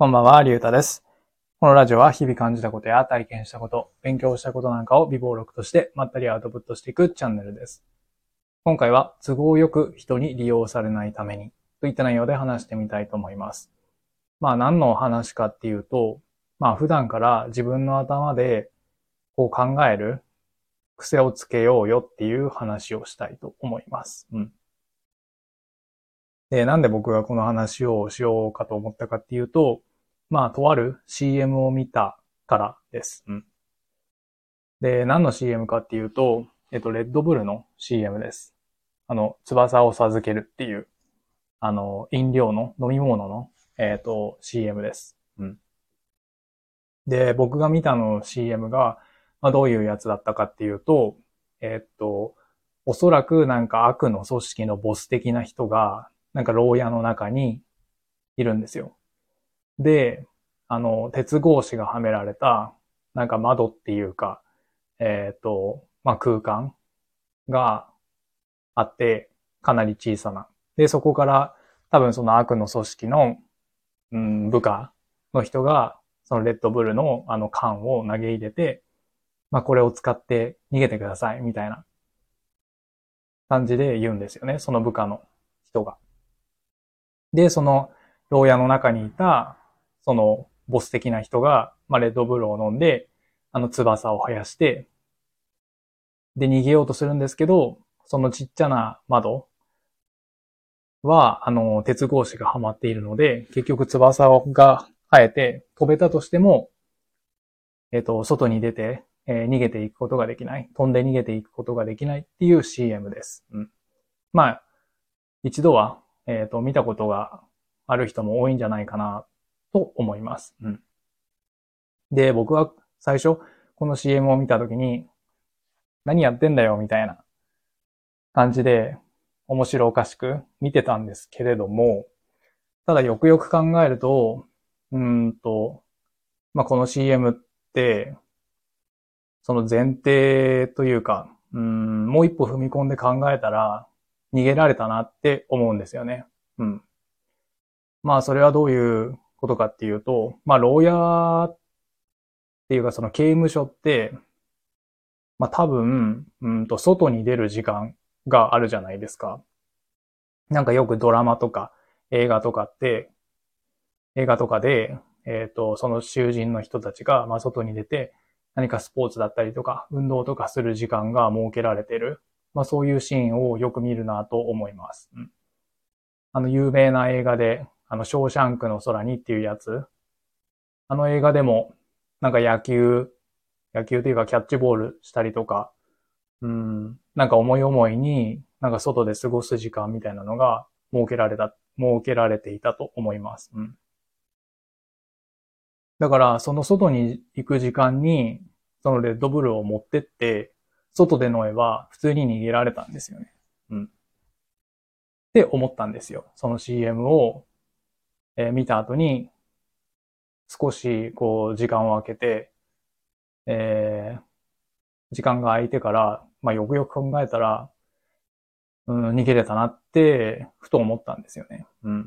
こんばんは、りゅうたです。このラジオは日々感じたことや体験したこと、勉強したことなんかを微暴録としてまったりアウトプットしていくチャンネルです。今回は都合よく人に利用されないためにといった内容で話してみたいと思います。何の話かっていうと、普段から自分の頭でこう考える癖をつけようよっていう話をしたいと思います。で、なんで僕がこの話をしようかと思ったかっていうと、とある CM を見たからです。で、何の CM かっていうと、レッドブルの CM です。翼を授けるっていう、飲料の、飲み物の、CM です。で、僕が見たの CM が、どういうやつだったかっていうと、えっと、おそらくなんか悪の組織のボス的な人が、なんか牢屋の中にいるんですよ。で、鉄格子がはめられた、なんか窓っていうか、空間があって、かなり小さな。で、そこから多分その悪の組織の、部下の人が、そのレッドブルの缶を投げ入れて、これを使って逃げてください、みたいな感じで言うんですよね。その部下の人が。で、その牢屋の中にいた、そのボス的な人が、レッドブルを飲んで、翼を生やして、で、逃げようとするんですけど、そのちっちゃな窓は、鉄格子がはまっているので、結局翼が生えて飛べたとしても、外に出て、逃げていくことができない。飛んで逃げていくことができないっていう CM です。まあ、一度は、見たことがある人も多いんじゃないかなと思います。で、僕は最初、この CM を見たときに、何やってんだよみたいな感じで面白おかしく見てたんですけれども、ただよくよく考えると、うーんと、この CM って、その前提というか、もう一歩踏み込んで考えたら、逃げられたなって思うんですよね。うん。それはどういうことかっていうと、牢屋っていうかその刑務所って、多分、外に出る時間があるじゃないですか。なんかよくドラマとか映画とかって、映画とかで、その囚人の人たちが、外に出て、何かスポーツだったりとか、運動とかする時間が設けられている。そういうシーンをよく見るなと思います。有名な映画で、ショーシャンクの空にっていうやつ。あの映画でも、なんか野球というかキャッチボールしたりとか、なんか思い思いに、なんか外で過ごす時間みたいなのが設けられていたと思います。だから、その外に行く時間に、そのレッドブルを持ってって、外で飲めば普通に逃げられたんですよね。って思ったんですよ。その CM を、見た後に、少し、こう、時間を空けて、え時間が空いてから、よくよく考えたら、逃げれたなって、ふと思ったんですよね。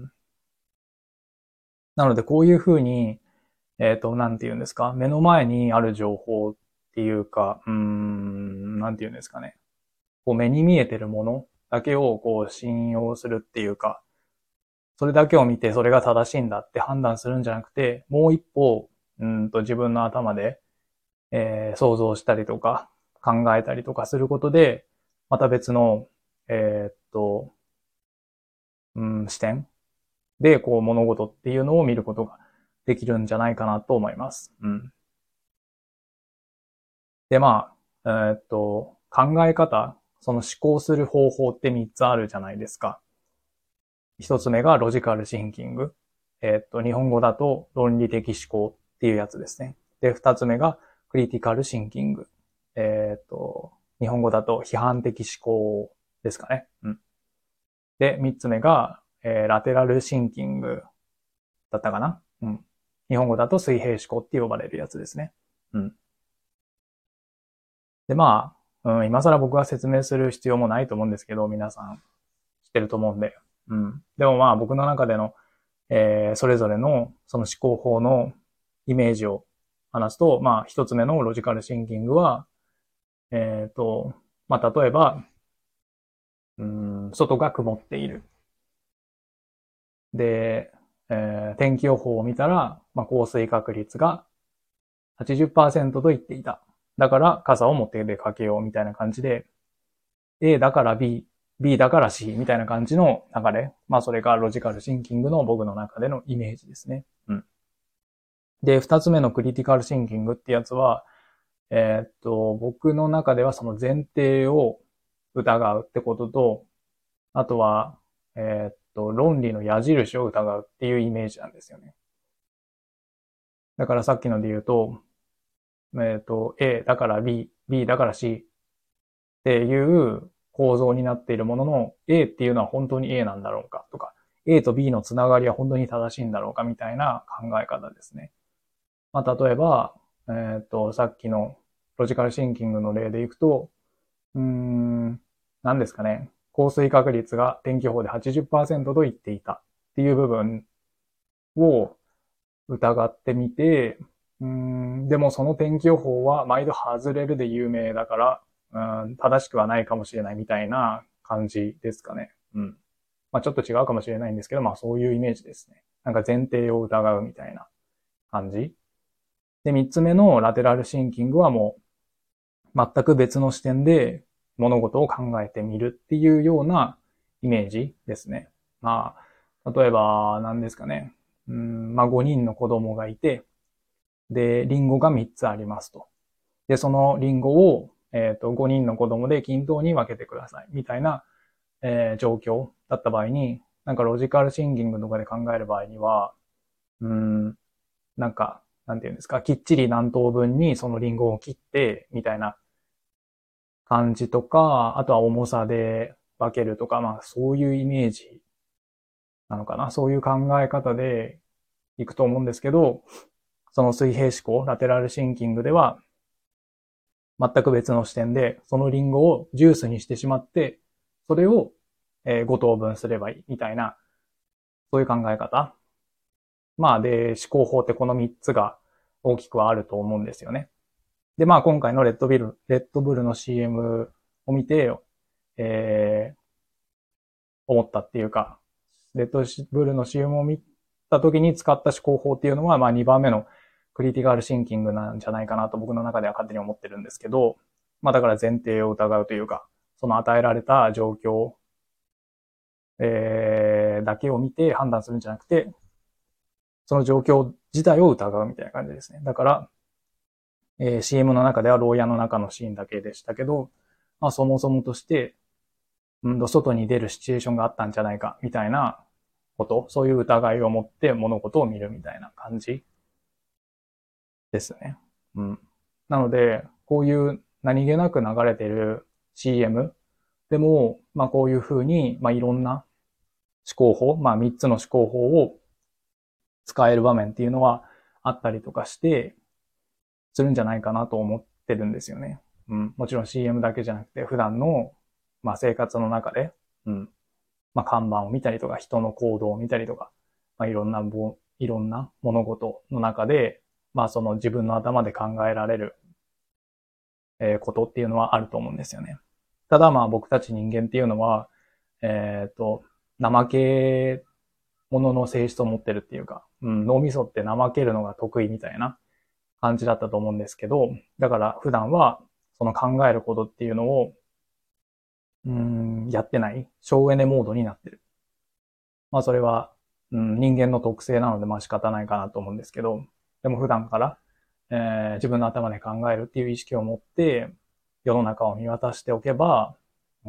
なので、こういうふうに、なんて言うんですか、目の前にある情報っていうか、なんて言うんですかね。こう目に見えてるものだけをこう信用するっていうか、それだけを見てそれが正しいんだって判断するんじゃなくて、もう一歩、自分の頭で、想像したりとか考えたりとかすることで、また別の、えーっと、視点でこう物事っていうのを見ることができるんじゃないかなと思います。で、考え方、その思考する方法って3つあるじゃないですか。1つ目がロジカルシンキング。日本語だと論理的思考っていうやつですね。で、2つ目がクリティカルシンキング。日本語だと批判的思考ですかね。で、3つ目が、ラテラルシンキングだったかな。日本語だと水平思考って呼ばれるやつですね。で、今更僕は説明する必要もないと思うんですけど、皆さん知ってると思うんで。でも僕の中での、 それぞれのその思考法のイメージを話すと、まあ一つ目のロジカルシンキングは、まあ例えば、外が曇っている。で、天気予報を見たら、まあ降水確率が80%と言っていた。だから傘を持って出かけようみたいな感じで、A だから B、B だから C みたいな感じの流れ。まあそれがロジカルシンキングの僕の中でのイメージですね。で、二つ目のクリティカルシンキングってやつは、僕の中ではその前提を疑うってことと、あとは、論理の矢印を疑うっていうイメージなんですよね。だからさっきので言うと、A だから B、B だから C っていう構造になっているものの、A っていうのは本当に A なんだろうかとか、A と B のつながりは本当に正しいんだろうかみたいな考え方ですね。まあ、例えば、さっきのロジカルシンキングの例でいくと、何ですかね。降水確率が天気予報で80%と言っていたっていう部分を疑ってみて、でもその天気予報は毎度外れるで有名だから、正しくはないかもしれないみたいな感じですかね。まあちょっと違うかもしれないんですけど、まあそういうイメージですね。なんか前提を疑うみたいな感じ。で、三つ目のラテラルシンキングはもう全く別の視点で物事を考えてみるっていうようなイメージですね。まあ、例えば何ですかね。まあ5人の子供がいて、で、リンゴが3つありますと。で、そのリンゴを、5人の子供で均等に分けてください。みたいな、状況だった場合に、なんかロジカルシンキングとかで考える場合には、うーん、なんか、なんていうんですか、きっちり何等分にそのリンゴを切って、みたいな感じとか、あとは重さで分けるとか、まあそういうイメージなのかな。そういう考え方でいくと思うんですけど、その水平思考、ラテラルシンキングでは、全く別の視点で、そのリンゴをジュースにしてしまって、それを5等分すればいいみたいな、そういう考え方。まあで、思考法ってこの3つが大きくはあると思うんですよね。で、まあ今回のレッドブルの CM を見て、えー、思ったっていうか、レッドブルの CM を見た時に使った思考法っていうのは、まあ2番目のクリティカルシンキングなんじゃないかなと僕の中では勝手に思ってるんですけど、まあだから前提を疑うというか、その与えられた状況、だけを見て判断するんじゃなくて、その状況自体を疑うみたいな感じですね。だから、CM の中では牢屋の中のシーンだけでしたけど、まあそもそもとして、外に出るシチュエーションがあったんじゃないかみたいなこと、そういう疑いを持って物事を見るみたいな感じですね。なので、こういう何気なく流れてる CM でも、まあこういうふうに、まあいろんな思考法、まあ3つの思考法を使える場面っていうのはあったりとかして、するんじゃないかなと思ってるんですよね。もちろん CM だけじゃなくて、普段の、まあ生活の中で、まあ看板を見たりとか、人の行動を見たりとか、まあいろんな物事の中で、まあその自分の頭で考えられることっていうのはあると思うんですよね。ただまあ僕たち人間っていうのは、怠け者の性質を持ってるっていうか、脳みそって怠けるのが得意みたいな感じだったと思うんですけど、だから普段はその考えることっていうのを、やってない、省エネモードになってる。まあそれは、人間の特性なのでまあ仕方ないかなと思うんですけど、でも普段から、自分の頭で考えるっていう意識を持って世の中を見渡しておけば、うん、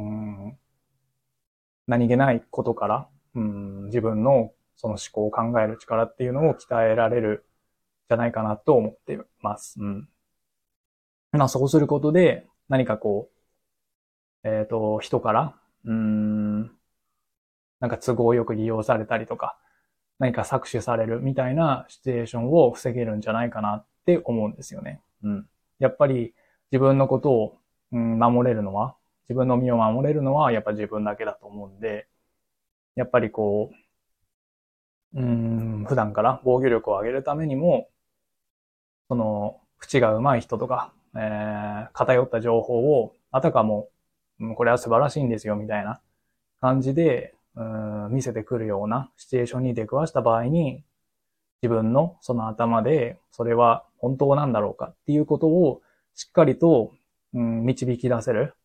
何気ないことから、自分のその思考を考える力っていうのを鍛えられるじゃないかなと思ってます。まあそうすることで何かこう、人から、なんか都合よく利用されたりとか、何か搾取されるみたいなシチュエーションを防げるんじゃないかなって思うんですよね。やっぱり自分のことを、守れるのは、自分の身を守れるのはやっぱ自分だけだと思うんで、やっぱりこ普段から防御力を上げるためにも、その、口が上手い人とか、偏った情報を、あたかも、これは素晴らしいんですよ、みたいな感じで、見せてくるようなシチュエーションに出くわした場合に、自分のその頭で、それは本当なんだろうかっていうことを、しっかりと、導き出せる、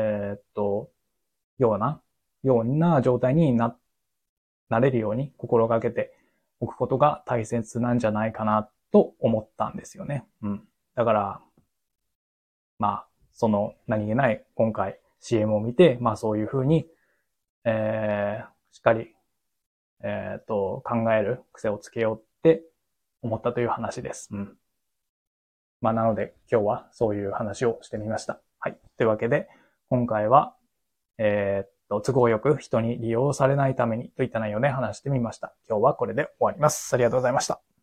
ような状態になれるように心がけておくことが大切なんじゃないかなと思ったんですよね。だから、まあ、その何気ない今回 CM を見て、まあそういうふうに、しっかり、考える癖をつけようって思ったという話です。まあなので今日はそういう話をしてみました。はい。というわけで、今回は、都合よく人に利用されないためにといった内容で話してみました。今日はこれで終わります。ありがとうございました。